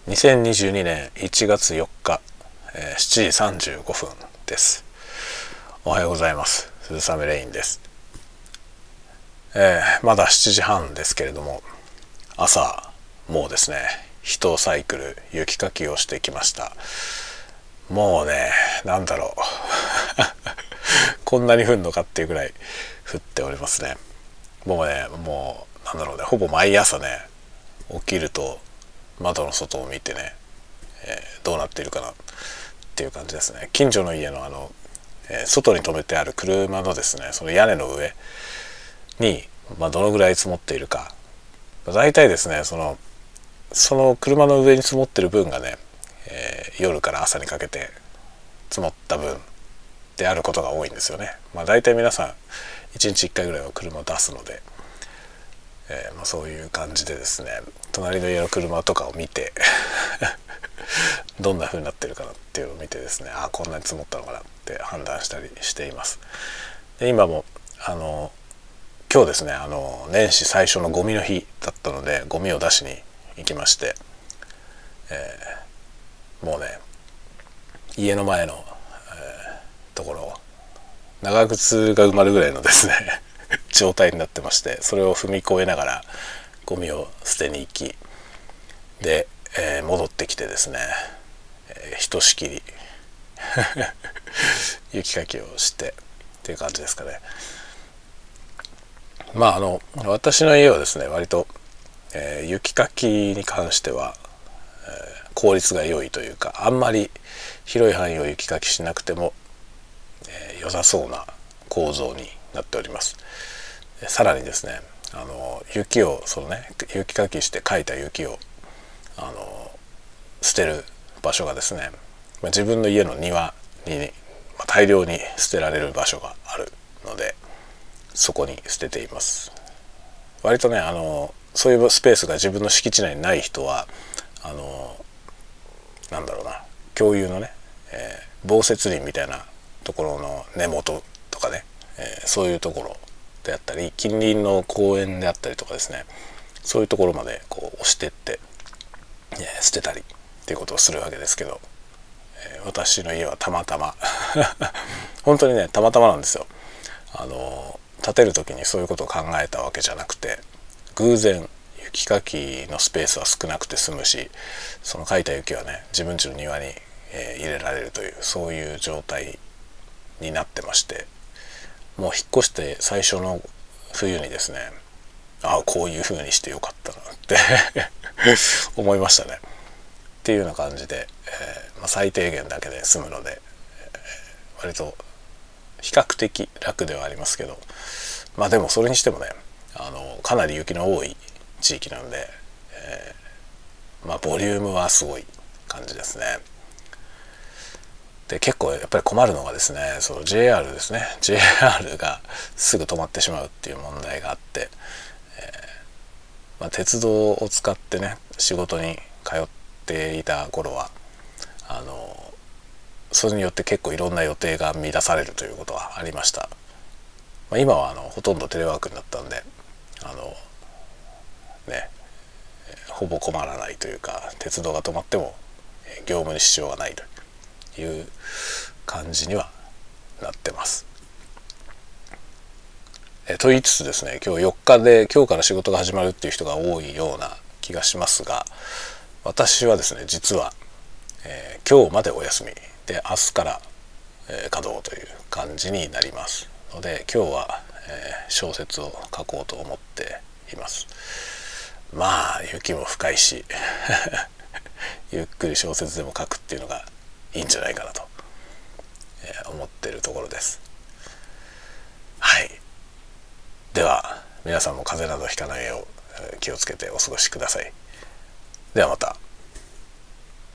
2022年1月4日、7時35分です。おはようございます。鈴雨レインです。まだ7時半ですけれども、朝もうですね、1サイクル雪かきをしてきました。もうね、なんだろうこんなに降るのかっていうぐらい降っておりますね。もうなんだろうね、ほぼ毎朝ね、起きると窓の外を見てね、どうなっているかなっていう感じですね。近所の家の外に止めてある車のですね、その屋根の上に、どのぐらい積もっているか、大体ですね、その車の上に積もってる分がね、夜から朝にかけて積もった分であることが多いんですよね。大体皆さん1日1回ぐらいは車を出すので、そういう感じでですね、隣の家の車とかを見てどんな風になってるかなっていうのを見てですね、こんなに積もったのかなって判断したりしています。で、今も今日ですね、年始最初のゴミの日だったので、ゴミを出しに行きまして、もうね、家の前の、ところ長靴が埋まるぐらいのですね状態になってまして、それを踏み越えながらゴミを捨てに行き、で、戻ってきてですね、ひとしきり雪かきをしてっていう感じですかね。私の家はですね、割と、雪かきに関しては、効率が良いというか、あんまり広い範囲を雪かきしなくても、良さそうな構造になっております。さらにですね、雪を雪かきしてかいた雪を捨てる場所がですね、自分の家の庭に、大量に捨てられる場所があるので、そこに捨てています。割とね、そういうスペースが自分の敷地内にない人はなんだろうな、共有のね、防雪林みたいなところの根元とかね、そういうところであったり、近隣の公園であったりとかですね、そういうところまでこう押してって、捨てたりっていうことをするわけですけど、私の家はたまたま本当にね、たまたまなんですよ。建てる時にそういうことを考えたわけじゃなくて、偶然雪かきのスペースは少なくて済むし、そのかいた雪はね、自分家の庭に、入れられるという、そういう状態になってまして、もう引っ越して最初の冬にですね、こういう風にしてよかったなって思いましたね。っていうような感じで、最低限だけで済むので、割と比較的楽ではありますけど、でもそれにしてもね、かなり雪の多い地域なんで、ボリュームはすごい感じですね。で、結構やっぱり困るのがですね、JR ですね。JR がすぐ止まってしまうっていう問題があって、鉄道を使ってね、仕事に通っていた頃はそれによって結構いろんな予定が乱されるということはありました。今はほとんどテレワークになったんで、ほぼ困らないというか、鉄道が止まっても業務に支障がないという感じにはなってます。と言いつつですね、今日4日で今日から仕事が始まるっていう人が多いような気がしますが、私はですね、実は、今日までお休みで、明日から、稼働という感じになりますので、今日は、小説を書こうと思っています。雪も深いしゆっくり小説でも書くっていうのがいいんじゃないかなと、思っているところです。はい。では皆さんも風邪などひかないよう気をつけてお過ごしください。ではまた。